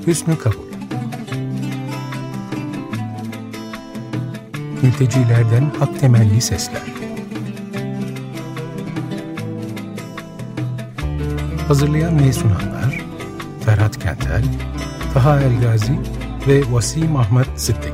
hüsnü kabul. Mültecilerden hak temelli sesler. Hazırlayan ve sunanlar Ferhat Kentel, Taha Elgazi ve Vasim Ahmet Sıddık.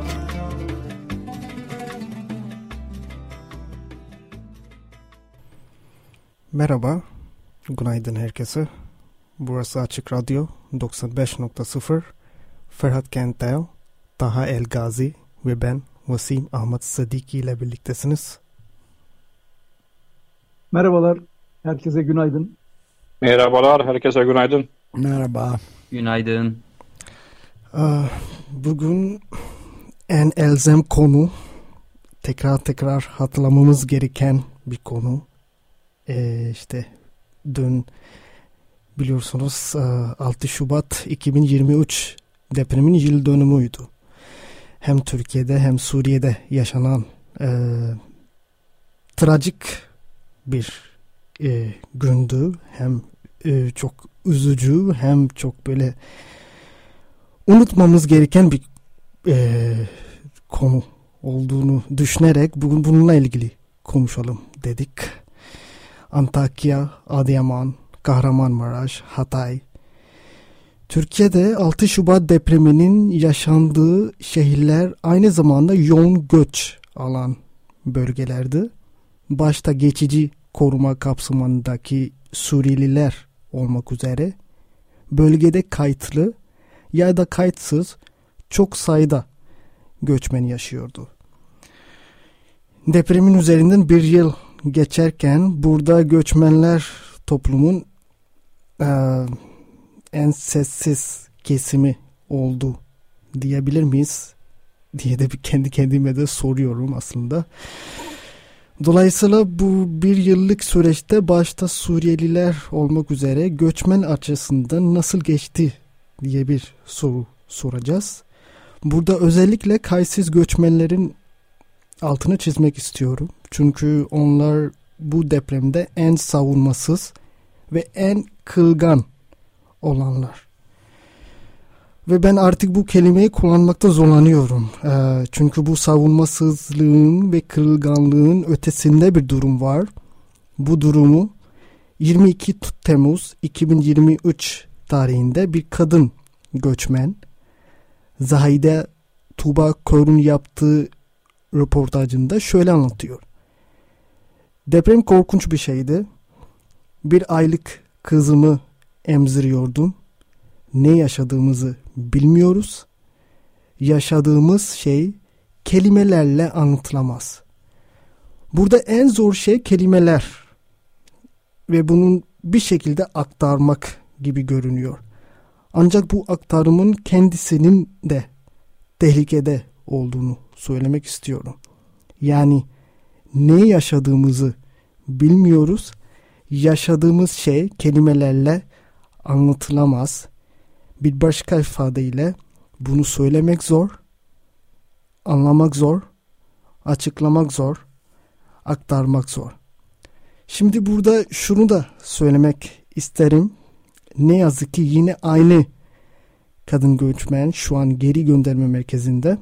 Merhaba, günaydın herkese. Burası Açık Radyo 95.0. Ferhat Kentel, Taha Elgazi ve ben Vasim Ahmet Sıddık ile birliktesiniz. Merhabalar, herkese günaydın. Merhabalar, herkese günaydın. Merhaba. Günaydın. Bugün en elzem konu, tekrar hatırlamamız gereken bir konu. İşte dün biliyorsunuz 6 Şubat 2023 depremin yıl dönümüydü. Hem Türkiye'de hem Suriye'de yaşanan trajik bir gündü. Hem çok üzücü hem çok böyle unutmamız gereken bir konu olduğunu düşünerek bugün bununla ilgili konuşalım dedik. Antakya, Adıyaman, Kahramanmaraş, Hatay. Türkiye'de 6 Şubat depreminin yaşandığı şehirler aynı zamanda yoğun göç alan bölgelerdi. Başta geçici koruma kapsamındaki Suriyeliler olmak üzere bölgede kayıtlı ya da kayıtsız çok sayıda göçmen yaşıyordu. Depremin üzerinden bir yıl geçerken burada göçmenler toplumun en sessiz kesimi oldu diyebilir miyiz diye de bir kendi kendime de soruyorum aslında. Dolayısıyla bu bir yıllık süreçte başta Suriyeliler olmak üzere göçmen açısından nasıl geçti diye bir soru soracağız. Burada özellikle kayıtsız göçmenlerin altını çizmek istiyorum. Çünkü onlar bu depremde en savunmasız ve en kırılgan olanlar. Ve ben artık bu kelimeyi kullanmakta zorlanıyorum. Çünkü bu savunmasızlığın ve kırılganlığın ötesinde bir durum var. Bu durumu 22 Temmuz 2023 tarihinde bir kadın göçmen Zahide Tuğba Kör'ün yaptığı röportajında şöyle anlatıyor. Deprem korkunç bir şeydi. Bir aylık kızımı emziriyordum. Ne yaşadığımızı bilmiyoruz. Yaşadığımız şey kelimelerle anlatılamaz. Burada en zor şey kelimeler ve bunun bir şekilde aktarmak gibi görünüyor. Ancak bu aktarımın kendisinin de tehlikede olduğunu söylemek istiyorum. Yani ne yaşadığımızı bilmiyoruz. Yaşadığımız şey kelimelerle anlatılamaz. Bir başka ifadeyle bunu söylemek zor, anlamak zor, açıklamak zor, aktarmak zor. Şimdi burada şunu da söylemek isterim. Ne yazık ki yine aynı kadın göçmen şu an geri gönderme merkezinde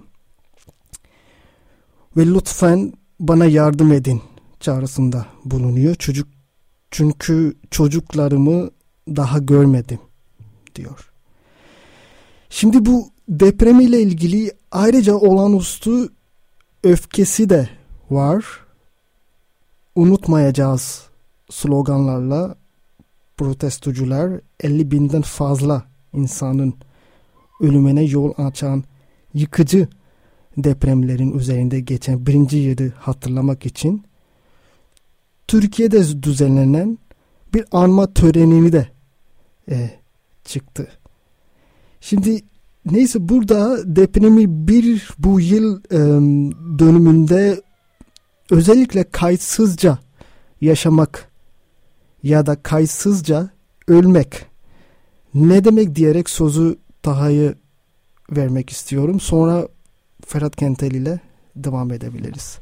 ve lütfen bana yardım edin çağrısında bulunuyor. Çünkü çocuklarımı daha görmedim diyor. Şimdi bu deprem ile ilgili ayrıca olağanüstü öfkesi de var. Unutmayacağız sloganlarla protestocular 50.000'den fazla insanın ölümüne yol açan yıkıcı depremlerin üzerinde geçen birinci yılı hatırlamak için Türkiye'de düzenlenen bir anma törenini de çıktı. Şimdi neyse burada depremi bu yıl dönümünde özellikle kayıtsızca yaşamak ya da kayıtsızca ölmek ne demek diyerek sözü Taha'ya vermek istiyorum. Sonra Ferhat Kentel ile devam edebiliriz.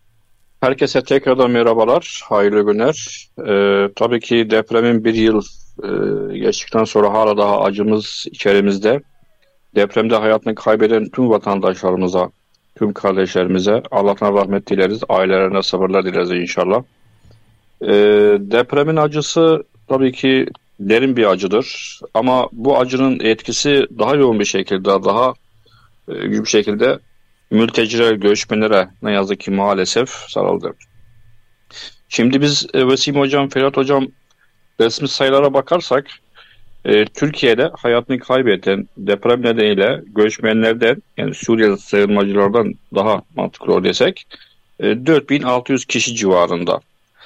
Herkese tekrardan merhabalar, hayırlı günler. Tabii ki depremin bir yıl geçtikten sonra hala daha acımız içerimizde. Depremde hayatını kaybeden tüm vatandaşlarımıza, tüm kardeşlerimize Allah'tan rahmet dileriz. Ailelerine sabırlar dileriz inşallah. Depremin acısı tabii ki derin bir acıdır. Ama bu acının etkisi daha yoğun bir şekilde, daha güçlü bir şekilde mülteciler, göçmenlere ne yazık ki maalesef sarıldı. Şimdi biz Vesim Hocam, Ferhat Hocam resmi sayılara bakarsak Türkiye'de hayatını kaybeden deprem nedeniyle göçmenlerden yani Suriyeli sığınmacılardan daha mantıklı o desek 4600 kişi civarında.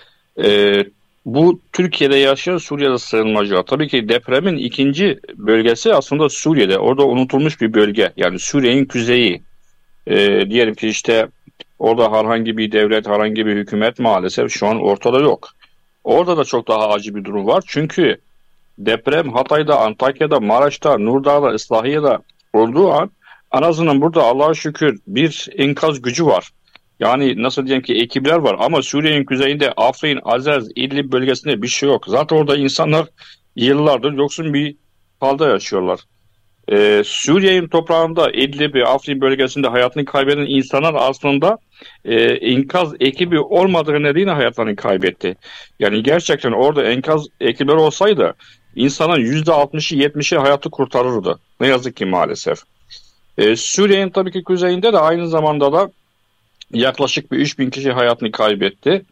Bu Türkiye'de yaşayan Suriyeli sığınmacılar. Tabii ki depremin ikinci bölgesi aslında Suriye'de. Orada unutulmuş bir bölge. Yani Suriye'nin kuzeyi. Diyelim ki işte orada herhangi bir devlet, herhangi bir hükümet maalesef şu an ortada yok. Orada da çok daha acı bir durum var. Çünkü deprem Hatay'da, Antakya'da, Maraş'ta, Nurdağ'da, Islahiye'de olduğu an en azından burada Allah'a şükür bir enkaz gücü var. Yani nasıl diyeyim ki ekipler var ama Suriye'nin kuzeyinde Afrin, Azez, İdlib bölgesinde bir şey yok. Zaten orada insanlar yıllardır yoksun bir halde yaşıyorlar. Suriye'nin toprağında İdlib, Afrin bölgesinde hayatını kaybeden insanlar aslında enkaz ekibi olmadığı nedeniyle hayatlarını kaybetti. Yani gerçekten orada enkaz ekipleri olsaydı insanın %60'ı 70'i hayatı kurtarırdı. Ne yazık ki maalesef. Suriye'nin tabii ki kuzeyinde de aynı zamanda da yaklaşık bir 3000 kişi hayatını kaybetti.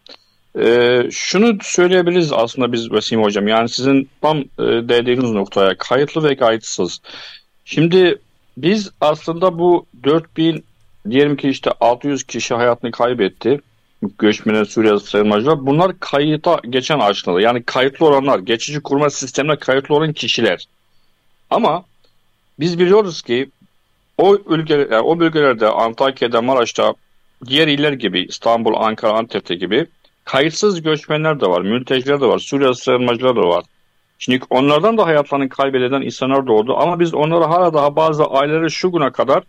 Şunu söyleyebiliriz aslında biz Vesim Hocam. Yani sizin tam değdiğiniz noktaya kayıtlı ve kayıtsız. Şimdi biz aslında bu 4000 diyelim ki işte 600 kişi hayatını kaybetti. Göçmenler, Suriyeli sığınmacılar. Bunlar kayıta geçen aşınalı. Yani kayıtlı olanlar, geçici kurma sistemine kayıtlı olan kişiler. Ama biz biliyoruz ki o bölgelerde Antakya'da, Maraş'ta, diğer iller gibi İstanbul, Ankara, Antep'te gibi kayıtsız göçmenler de var, mülteciler de var, Suriyeli sığınmacılar da var. Şimdi onlardan da hayatlarını kaybeden insanlar da oldu ama biz onlara hala daha bazı aileleri şu güne kadar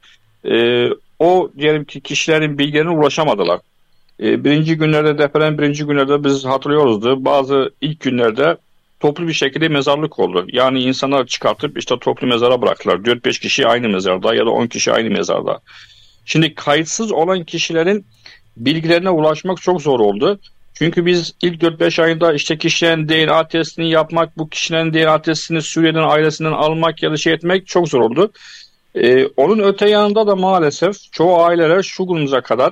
o diyelim ki kişilerin bilgilerine ulaşamadılar. Birinci günlerde deprem birinci günlerde biz hatırlıyoruzdu. Bazı ilk günlerde toplu bir şekilde mezarlık oldu. Yani insanlar çıkartıp işte toplu mezara bıraktılar. 4-5 kişi aynı mezarda ya da 10 kişi aynı mezarda. Şimdi kayıtsız olan kişilerin bilgilerine ulaşmak çok zor oldu. Çünkü biz ilk 4-5 ayında işte kişilerin DNA testini yapmak, bu kişilerin DNA testini Suriye'den ailesinden almak ya da şey etmek çok zor oldu. Onun öte yanında da maalesef çoğu aileler şu günümüze kadar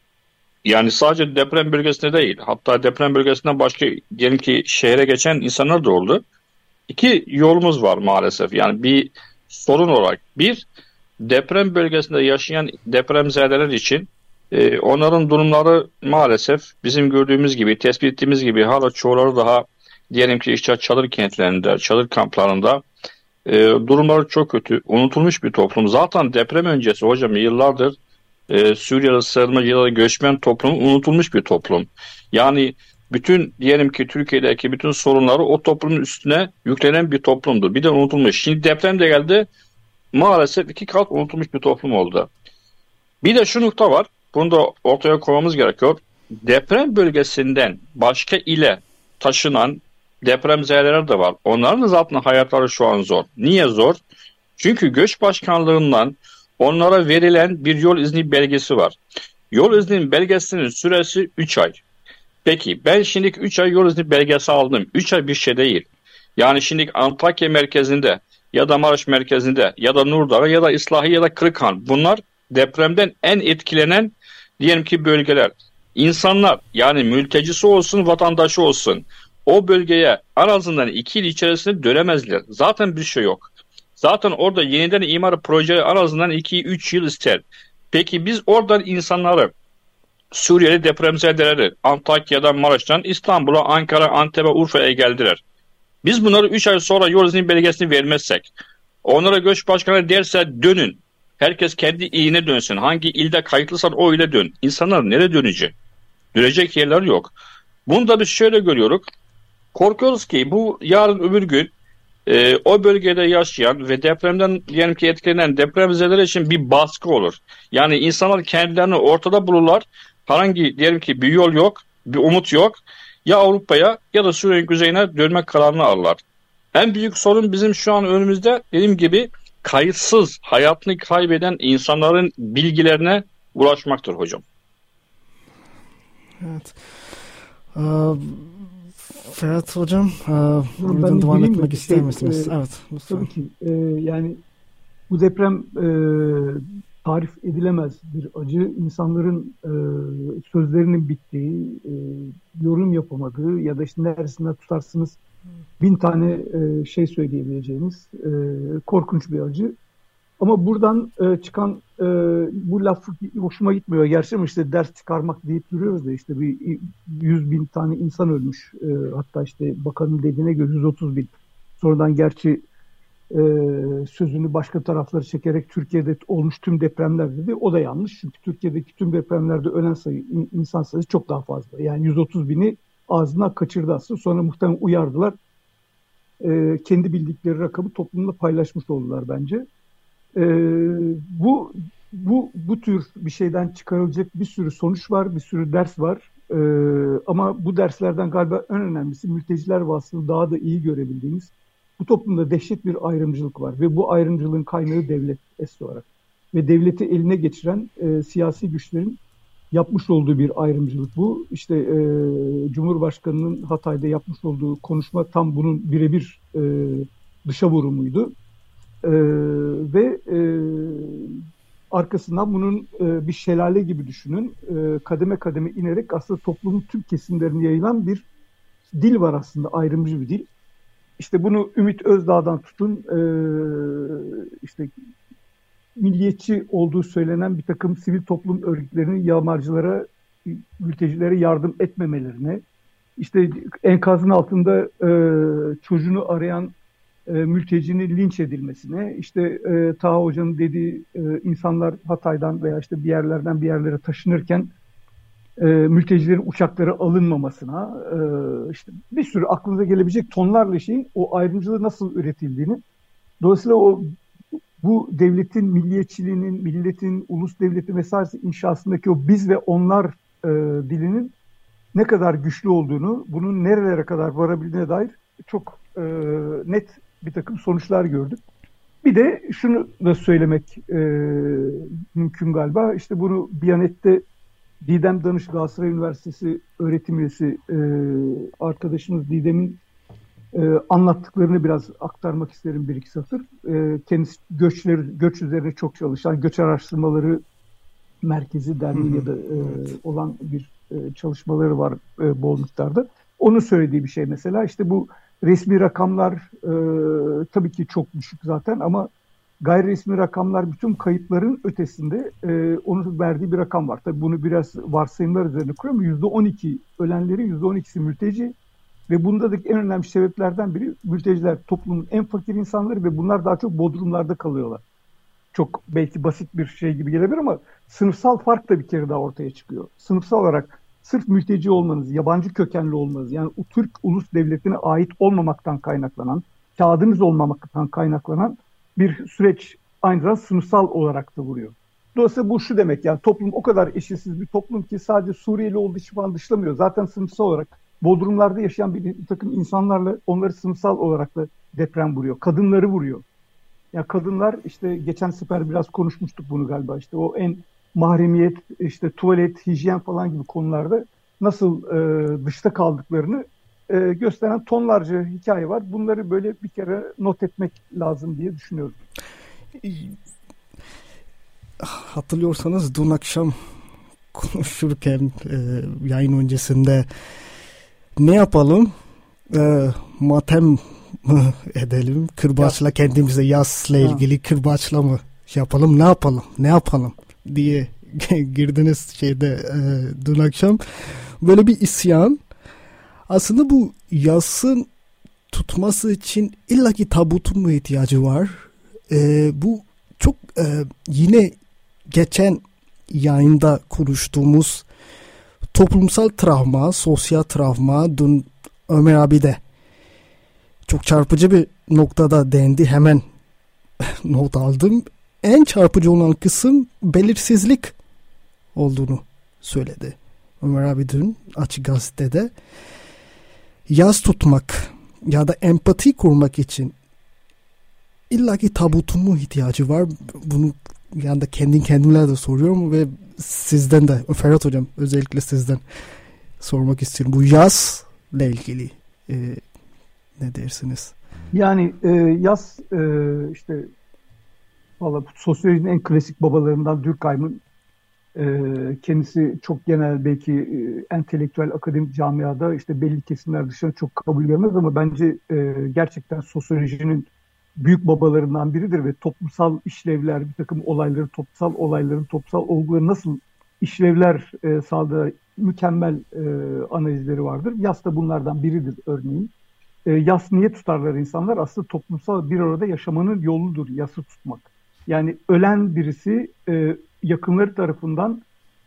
yani sadece deprem bölgesinde değil hatta deprem bölgesinden başka diyelim ki şehre geçen insanlar da oldu. İki yolumuz var maalesef yani bir sorun olarak. Bir, deprem bölgesinde yaşayan depremzedeler için onların durumları maalesef bizim gördüğümüz gibi, tespit ettiğimiz gibi hala çoğuları daha diyelim ki işte çadır kentlerinde, çadır kamplarında durumları çok kötü. Unutulmuş bir toplum. Zaten deprem öncesi hocam yıllardır Suriyeli sığınmacıları göçmen toplumu unutulmuş bir toplum. Yani bütün diyelim ki Türkiye'deki bütün sorunları o toplumun üstüne yüklenen bir toplumdur. Bir de unutulmuş. Şimdi deprem de geldi. Maalesef iki kat unutulmuş bir toplum oldu. Bir de şu nokta var. Bunu da ortaya koymamız gerekiyor. Deprem bölgesinden başka ile taşınan depremzedeler de var. Onların da zaten hayatları şu an zor. Niye zor? Çünkü Göç Başkanlığı'ndan onlara verilen bir yol izni belgesi var. Yol izni belgesinin süresi 3 ay. Peki ben şimdi 3 ay yol izni belgesi aldım. 3 ay bir şey değil. Yani şimdi Antakya merkezinde ya da Maraş merkezinde ya da Nurdağ ya da Islahiye ya da Kırıkhan bunlar depremden en etkilenen diyelim ki bölgeler. İnsanlar yani mültecisi olsun vatandaşı olsun o bölgeye en azından 2 yıl içerisinde dönemezler. Zaten bir şey yok. Zaten orada yeniden imar projeleri en azından 2-3 yıl ister. Peki biz oradan insanları Suriyeli depremzedeleri Antakya'dan Maraş'tan İstanbul'a, Ankara, Antep'e, Urfa'ya geldiler. Biz bunları 3 ay sonra yol izni belgesini vermezsek, onlara göç başkanı derse dönün. Herkes kendi iline dönsün. Hangi ilde kayıtlıysan o ile dön. İnsanlar nereye dönecek? Dönecek yerler yok. Bunu da biz şöyle görüyoruz. Korkuyoruz ki bu yarın öbür gün o bölgede yaşayan ve depremden diyelim ki etkilenen depremzedeler için bir baskı olur. Yani insanlar kendilerini ortada bulurlar. Herhangi diyelim ki bir yol yok, bir umut yok. Ya Avrupa'ya ya da Suriye'nin kuzeyine dönmek kararını alırlar. En büyük sorun bizim şu an önümüzde, dediğim gibi, kayıtsız hayatını kaybeden insanların bilgilerine ulaşmaktır hocam. Evet. Ferhat Hocam, Ben buradan devam gireyim etmek mi? ister misiniz? Evet. Tabii ki. Yani bu deprem tarif edilemez bir acı. İnsanların sözlerinin bittiği, yorum yapamadığı ya da işte neresinden tutarsınız 1000 tane şey söyleyebileceğimiz korkunç bir acı. Ama buradan çıkan bu laf hoşuma gitmiyor. Gerçi ama işte ders çıkarmak deyip duruyoruz da işte bir 100.000 tane insan ölmüş. Hatta işte bakanın dediğine göre 130.000. Sonradan gerçi sözünü başka tarafları çekerek Türkiye'de olmuş tüm depremler dedi. O da yanlış. Çünkü Türkiye'deki tüm depremlerde ölen sayı, insan sayısı çok daha fazla. Yani 130.000'i ağzından kaçırdı aslında. Sonra muhtemelen uyardılar. Kendi bildikleri rakamı toplumla paylaşmış oldular bence. Bu tür bir şeyden çıkarılacak bir sürü sonuç var, bir sürü ders var. Ama bu derslerden galiba en önemlisi mülteciler vasfını daha da iyi görebildiğimiz, bu toplumda dehşet bir ayrımcılık var ve bu ayrımcılığın kaynağı devlet esas olarak. Ve devleti eline geçiren siyasi güçlerin yapmış olduğu bir ayrımcılık bu. İşte Cumhurbaşkanı'nın Hatay'da yapmış olduğu konuşma tam bunun birebir dışa vurumuydu. Ve arkasından bunun bir şelale gibi düşünün. Kademe kademe inerek aslında toplumun tüm kesimlerine yayılan bir dil var aslında, ayrımcı bir dil. İşte bunu Ümit Özdağ'dan tutun, işte milliyetçi olduğu söylenen bir takım sivil toplum örgütlerinin yağmarcılara, mültecilere yardım etmemelerine, işte enkazın altında çocuğunu arayan mültecinin linç edilmesine, işte Taha Hoca'nın dediği insanlar Hatay'dan veya işte bir yerlerden bir yerlere taşınırken mültecilerin uçaklara alınmamasına, işte bir sürü aklınıza gelebilecek tonlarla şeyin o ayrımcılığı nasıl üretildiğini, dolayısıyla bu devletin milliyetçiliğinin, milletin, ulus devleti vesaire inşasındaki o biz ve onlar dilinin ne kadar güçlü olduğunu, bunun nerelere kadar varabildiğine dair çok net bir takım sonuçlar gördük. Bir de şunu da söylemek mümkün galiba. İşte bunu Biyanet'te Didem Danış, Galatasaray Üniversitesi öğretim üyesi arkadaşımız Didem'in anlattıklarını biraz aktarmak isterim, bir iki satır. Kendisi göç üzerine çok çalışan, Göç Araştırmaları Merkezi Derneği ya da olan bir çalışmaları var bol miktarda. Onun söylediği bir şey mesela, işte bu resmi rakamlar tabii ki çok düşük zaten ama gayri resmi rakamlar bütün kayıtların ötesinde onun verdiği bir rakam var. Tabii bunu biraz varsayımlar üzerine kuruyor ama %12 ölenlerin %12'si mülteci ve bunda da en önemli sebeplerden biri mülteciler toplumun en fakir insanları ve bunlar daha çok bodrumlarda kalıyorlar. Çok belki basit bir şey gibi gelebilir ama sınıfsal fark da bir kere daha ortaya çıkıyor. Sınıfsal olarak sırf mülteci olmanız, yabancı kökenli olmanız, yani o Türk ulus devletine ait olmamaktan kaynaklanan, kağıdınız olmamaktan kaynaklanan bir süreç aynı zamanda sınıfsal olarak da vuruyor. Dolayısıyla bu şu demek, yani toplum o kadar eşitsiz bir toplum ki sadece Suriyeli olduğu için falan dışlamıyor. Zaten sınıfsal olarak bodrumlarda yaşayan bir takım insanlarla onları sınıfsal olarak da deprem vuruyor. Kadınları vuruyor. Ya kadınlar, işte geçen sefer biraz konuşmuştuk bunu galiba, işte o en mahremiyet, işte tuvalet, hijyen falan gibi konularda nasıl dışta kaldıklarını gösteren tonlarca hikaye var. Bunları böyle bir kere not etmek lazım diye düşünüyorum. Hatırlıyorsanız dün akşam konuşurken yayın öncesinde ne yapalım? Matem edelim, kırbaçla kendimize yazla ilgili kırbaçla mı yapalım, ne yapalım diye girdiniz şeyde dün akşam. Böyle bir isyan. Aslında bu yazın tutması için illaki tabutun mu ihtiyacı var? Bu çok yine geçen yayında konuştuğumuz toplumsal travma, sosyal travma, dün Ömer abi de çok çarpıcı bir noktada değindi. Hemen not aldım. En çarpıcı olan kısım belirsizlik olduğunu söyledi Ömer abi dün Açık Gazete'de. Yaz tutmak, ya da empati kurmak için illaki tabutun mu ihtiyacı var? Bunu yani da kendimle de soruyorum ve sizden de Ferhat Hocam özellikle sizden sormak istiyorum. Bu yazla ilgili ne dersiniz? Yani yaz işte valla sosyolojinin en klasik babalarından Durkheim'ın kendisi çok genel belki entelektüel akademik camiada işte belli kesimler dışında çok kabul görmez ama bence gerçekten sosyolojinin büyük babalarından biridir ve toplumsal işlevler, bir takım olayları, toplumsal olayların, toplumsal olguları nasıl işlevler sağladığı mükemmel analizleri vardır. Yas da bunlardan biridir örneğin. Yas niye tutarlar insanlar? Aslında toplumsal bir arada yaşamanın yoludur yası tutmak. Yani ölen birisi yakınları tarafından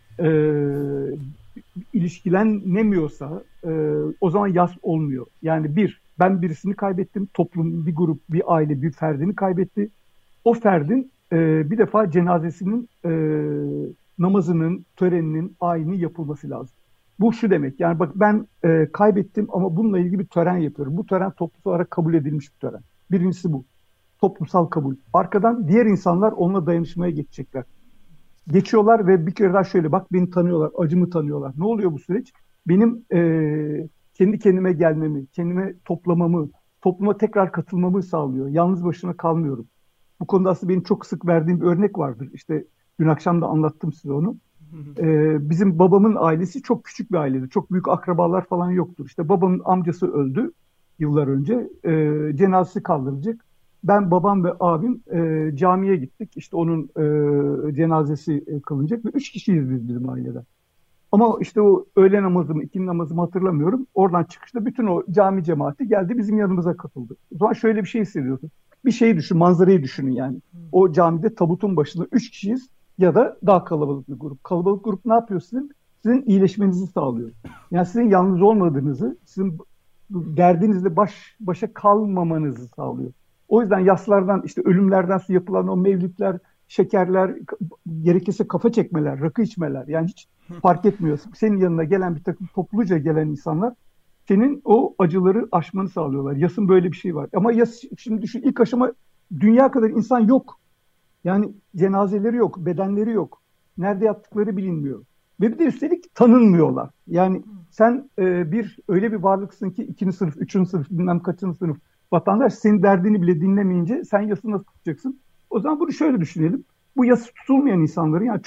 ilişkilenemiyorsa o zaman yas olmuyor. Yani ben birisini kaybettim, toplum, bir grup, bir aile, bir ferdini kaybetti. O ferdin bir defa cenazesinin, namazının, töreninin, ayini yapılması lazım. Bu şu demek, yani bak ben kaybettim ama bununla ilgili bir tören yapıyorum. Bu tören toplumsal olarak kabul edilmiş bir tören. Birincisi bu. Toplumsal kabul. Arkadan diğer insanlar onunla dayanışmaya geçecekler. Geçiyorlar ve bir kere daha şöyle bak beni tanıyorlar, acımı tanıyorlar. Ne oluyor bu süreç? Benim kendi kendime gelmemi, kendime toplamamı, topluma tekrar katılmamı sağlıyor. Yalnız başına kalmıyorum. Bu konuda aslında benim çok sık verdiğim bir örnek vardır. İşte dün akşam da anlattım size onu. Bizim babamın ailesi çok küçük bir ailedir. Çok büyük akrabalar falan yoktur. İşte babamın amcası öldü yıllar önce. Cenazesi kaldırılacak. Ben, babam ve abim camiye gittik. İşte onun cenazesi kılınacak ve 3 kişiyiz biz bizim aileden. Ama işte o öğle namazımı, ikindi namazımı hatırlamıyorum. Oradan çıkışta bütün o cami cemaati geldi bizim yanımıza katıldı. O zaman şöyle bir şey hissediyorsun. Bir şeyi düşün, manzarayı düşünün yani. O camide tabutun başında 3 kişiyiz ya da daha kalabalık bir grup. Kalabalık grup ne yapıyor sizin? Sizin iyileşmenizi sağlıyor. Yani sizin yalnız olmadığınızı, sizin derdinizle başa kalmamanızı sağlıyor. O yüzden yaslardan, işte ölümlerden sonra yapılan o mevlütler, şekerler, gerekirse kafa çekmeler, rakı içmeler, yani hiç fark etmiyor. Senin yanına gelen bir takım topluca gelen insanlar senin o acıları aşmanı sağlıyorlar. Yasın böyle bir şey var. Ama yas, şimdi düşün, ilk aşama dünya kadar insan yok. Yani cenazeleri yok, bedenleri yok. Nerede yattıkları bilinmiyor. Ve bir de üstelik tanınmıyorlar. Yani sen öyle bir varlıksın ki 2. sınıf, 3. sınıf, bilmem kaçıncı sınıf vatandaş senin derdini bile dinlemeyince sen yası nasıl tutacaksın? O zaman bunu şöyle düşünelim. Bu yası tutulmayan insanların, yani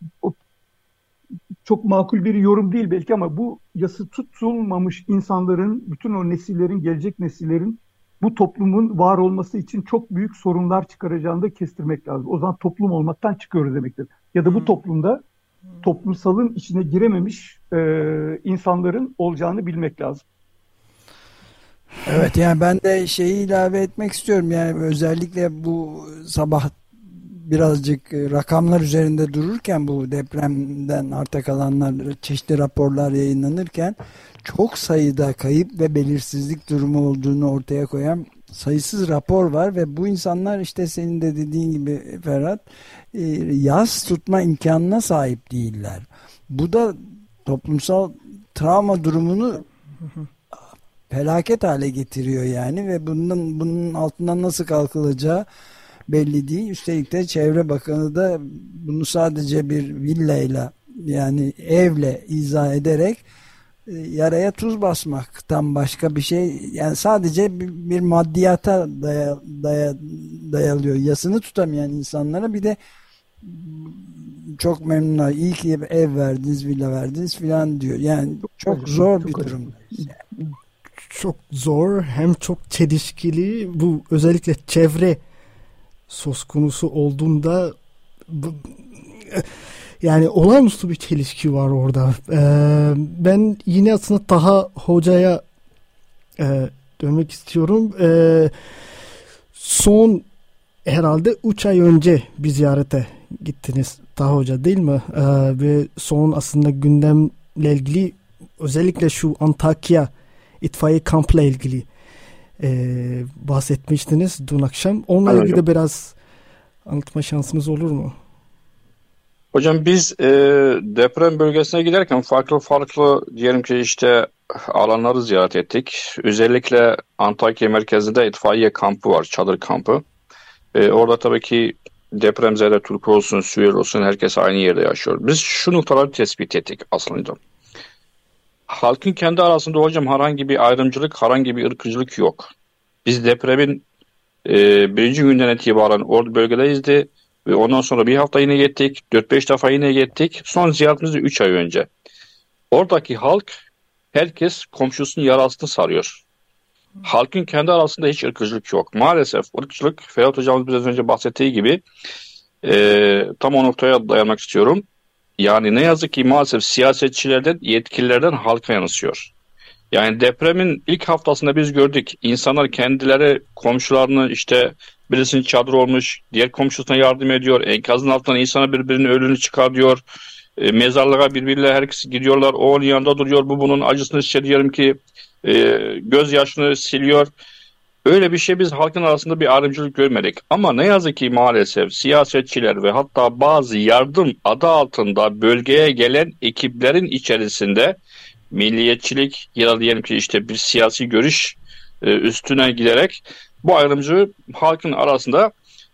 çok makul bir yorum değil belki ama bu yası tutulmamış insanların, bütün o nesillerin, gelecek nesillerin bu toplumun var olması için çok büyük sorunlar çıkaracağını da kestirmek lazım. O zaman toplum olmaktan çıkıyoruz demektir. Ya da bu toplumda toplumsalın içine girememiş insanların olacağını bilmek lazım. Evet, yani ben de şeyi ilave etmek istiyorum. Yani özellikle bu sabah birazcık rakamlar üzerinde dururken, bu depremden arta kalanlar, çeşitli raporlar yayınlanırken çok sayıda kayıp ve belirsizlik durumu olduğunu ortaya koyan sayısız rapor var ve bu insanlar işte senin de dediğin gibi Ferhat, yas tutma imkanına sahip değiller. Bu da toplumsal travma durumunu felaket hale getiriyor yani ve bunun altından nasıl kalkılacağı belli değil. Üstelik de Çevre Bakanı da bunu sadece bir villayla, yani evle izah ederek yaraya tuz basmaktan başka bir şey, yani sadece bir maddiyata dayalıyor. Yasını tutamayan insanlara bir de çok memnunlar, iyi ki ev verdiniz, villa verdiniz filan diyor. Yani çok zor bir durum. Çok zor, hem çok çelişkili. Bu özellikle çevre söz konusu olduğunda yani olağanüstü bir çelişki var orada. Ben yine aslında Taha Hoca'ya dönmek istiyorum. Son herhalde 3 ay önce bir ziyarete gittiniz Taha Hoca, değil mi? Ve son aslında gündemle ilgili, özellikle şu Antakya itfaiye kampla ilgili bahsetmiştiniz dün akşam. Onunla ilgili de biraz anlatma şansınız olur mu? Hocam biz deprem bölgesine giderken farklı farklı diyelim ki işte alanları ziyaret ettik. Özellikle Antakya merkezinde itfaiye kampı var, çadır kampı. Orada tabii ki depremzede Türk olsun, Suriyeli olsun herkes aynı yerde yaşıyor. Biz şu noktaları tespit ettik aslında. Halkın kendi arasında hocam herhangi bir ayrımcılık, herhangi bir ırkçılık yok. Biz depremin birinci günden itibaren orada bölgedeyizdi. Ve ondan sonra bir hafta yine gittik. 4-5 defa yine gittik. Son ziyaretimiz de 3 ay önce. Oradaki halk herkes komşusunun yarasını sarıyor. Halkın kendi arasında hiç ırkçılık yok. Maalesef ırkçılık Ferhat Hocamız biraz önce bahsettiği gibi tam o noktaya dayanmak istiyorum. Yani ne yazık ki maalesef siyasetçilerden, yetkililerden halka yansıyor. Yani depremin ilk haftasında biz gördük. İnsanlar kendileri komşularını işte birisinin çadır olmuş, diğer komşusuna yardım ediyor. Enkazın altından insana birbirinin ölünü çıkarıyor. Mezarlığa birbiriyle herkes gidiyorlar. O onun yanında duruyor. Bu bunun acısını hissediyorum ki gözyaşını siliyor. Öyle bir şey biz halkın arasında bir ayrımcılık görmedik. Ama ne yazık ki maalesef siyasetçiler ve hatta bazı yardım adı altında bölgeye gelen ekiplerin içerisinde milliyetçilik ya da diyelim ki işte bir siyasi görüş üstüne giderek bu ayrımcılığı halkın arasında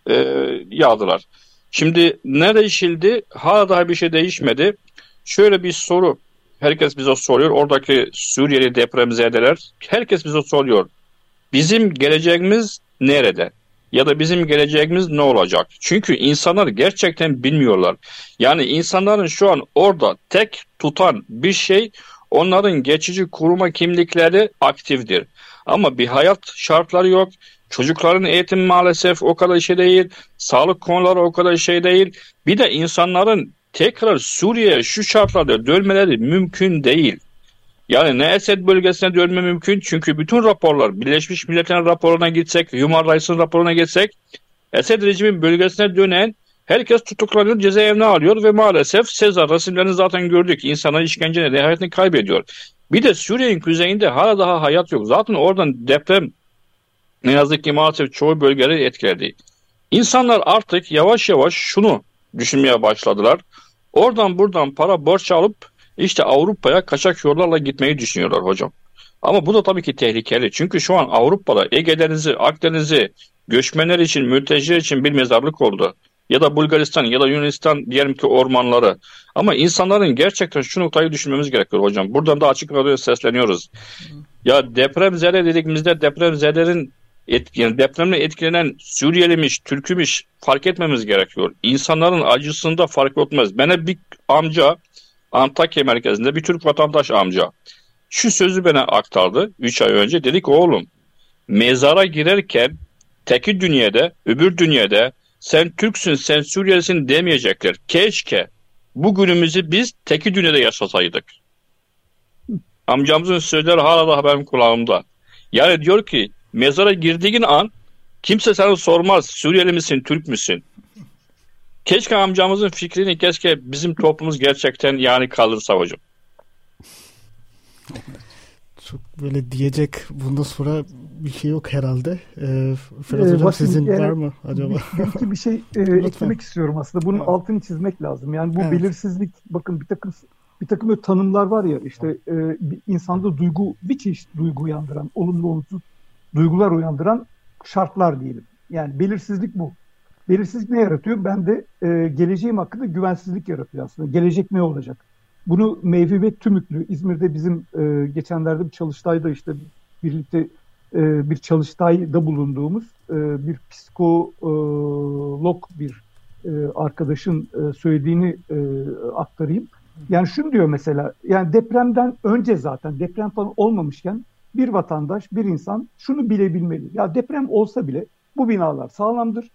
yağdılar. Şimdi ne değişildi? Hala daha bir şey değişmedi. Şöyle bir soru herkes bize soruyor. Oradaki Suriyeli depremzedeler herkes bize soruyor. Bizim geleceğimiz nerede? Ya da bizim geleceğimiz ne olacak? Çünkü insanlar gerçekten bilmiyorlar. Yani insanların şu an orada tek tutan bir şey onların geçici koruma kimlikleri aktiftir. Ama bir hayat şartları yok. Çocukların eğitimi maalesef o kadar şey değil. Sağlık konuları o kadar şey değil. Bir de insanların tekrar Suriye'ye şu şartlarda dönmeleri mümkün değil. Yani ne Esed bölgesine dönme mümkün çünkü bütün raporlar Birleşmiş Milletler'in raporuna gitsek, Human Rights'ın raporuna gitsek Esed rejimin bölgesine dönen herkes tutuklanıyor, cezaevine alıyor ve maalesef Sezar resimlerini zaten gördük. İnsanlar işkence nedeniyle hayatını kaybediyor. Bir de Suriye'nin kuzeyinde hala daha hayat yok. Zaten oradan deprem ne yazık ki maalesef çoğu bölgeleri etkiledi. İnsanlar artık yavaş yavaş şunu düşünmeye başladılar. Oradan buradan para borç alıp işte Avrupa'ya kaçak yollarla gitmeyi düşünüyorlar hocam. Ama bu da tabii ki tehlikeli. Çünkü şu an Avrupa'da Ege Denizi, Akdeniz'i göçmenler için, mülteciler için bir mezarlık oldu. Ya da Bulgaristan ya da Yunanistan diyelim ki ormanları. Ama insanların gerçekten şu noktayı düşünmemiz gerekiyor hocam. Buradan da açık radyoya sesleniyoruz. Ya depremzede dediğimizde depremzelerin yani depremle etkilenen Suriyelimiş, Türk'ümüş fark etmemiz gerekiyor. İnsanların acısında fark etmez. Bana bir amca Antakya merkezinde bir Türk vatandaş amca şu sözü bana aktardı 3 ay önce. Dedi ki oğlum mezara girerken teki dünyada öbür dünyada sen Türksün sen Suriyelisin demeyecekler. Keşke bugünümüzü biz teki dünyada yaşasaydık. Amcamızın sözleri hala da benim kulağımda. Yani diyor ki mezara girdiğin an kimse sana sormaz Suriyeli misin Türk müsün? Keşke amcamızın fikrini keşke bizim toplumumuz gerçekten yani kaldırsa hocam. Çok böyle diyecek bundan sonra bir şey yok herhalde. Ferhat Hocam sizin var mı acaba? Bir şey eklemek istiyorum aslında. Bunun altını çizmek lazım. Yani bu belirsizlik bakın bir takım böyle tanımlar var ya işte bir insanda bir çeşit duygu uyandıran, olumlu olumsuz duygular uyandıran şartlar diyelim. Yani belirsizlik bu. Belirsizlik ne yaratıyor? Ben de geleceğim hakkında güvensizlik yaratıyor aslında. Gelecek ne olacak? Bunu Mevhibe Tümüklü, İzmir'de bizim geçenlerde bir çalıştayda işte birlikte bir çalıştayda bulunduğumuz bir psikolog bir arkadaşın söylediğini aktarayım. Yani şunu diyor mesela, yani depremden önce zaten deprem falan olmamışken bir vatandaş, bir insan şunu bilebilmeli. Ya deprem olsa bile bu binalar sağlamdır.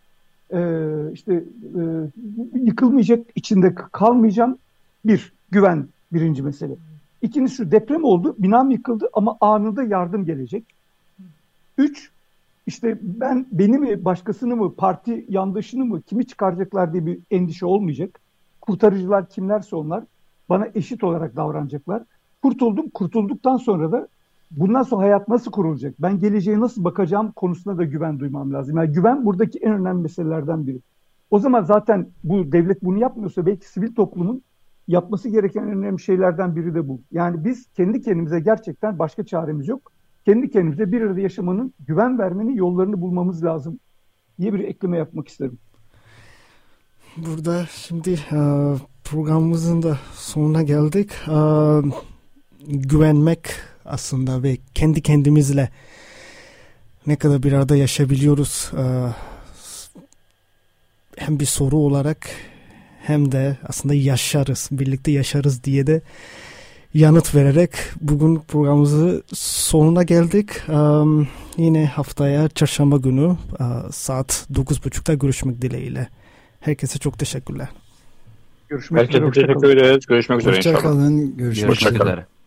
Yıkılmayacak, içinde kalmayacağım. Güven birinci mesele. İkincisi şu, deprem oldu, binam yıkıldı ama anında yardım gelecek. 3, işte beni mi, başkasını mı, parti yandaşını mı, kimi çıkaracaklar diye bir endişe olmayacak. Kurtarıcılar kimlerse onlar bana eşit olarak davranacaklar. Kurtulduktan sonra da bundan sonra hayat nasıl kurulacak? Ben geleceğe nasıl bakacağım konusunda da güven duymam lazım. Yani güven buradaki en önemli meselelerden biri. O zaman zaten bu devlet bunu yapmıyorsa belki sivil toplumun yapması gereken önemli şeylerden biri de bu. Yani biz kendi kendimize gerçekten başka çaremiz yok. Kendi kendimize bir arada yaşamanın, güven vermenin yollarını bulmamız lazım diye bir ekleme yapmak isterim. Burada şimdi programımızın da sonuna geldik. Güvenmek aslında ve kendi kendimizle ne kadar bir arada yaşayabiliyoruz hem bir soru olarak hem de aslında yaşarız, birlikte yaşarız diye de yanıt vererek bugün programımızın sonuna geldik. Yine haftaya çarşamba günü saat 9.30'da görüşmek dileğiyle. Herkese çok teşekkürler. Görüşmek üzere. Herkese teşekkür ederiz. Görüşmek üzere inşallah. Hoşça kalın. Görüşmek üzere.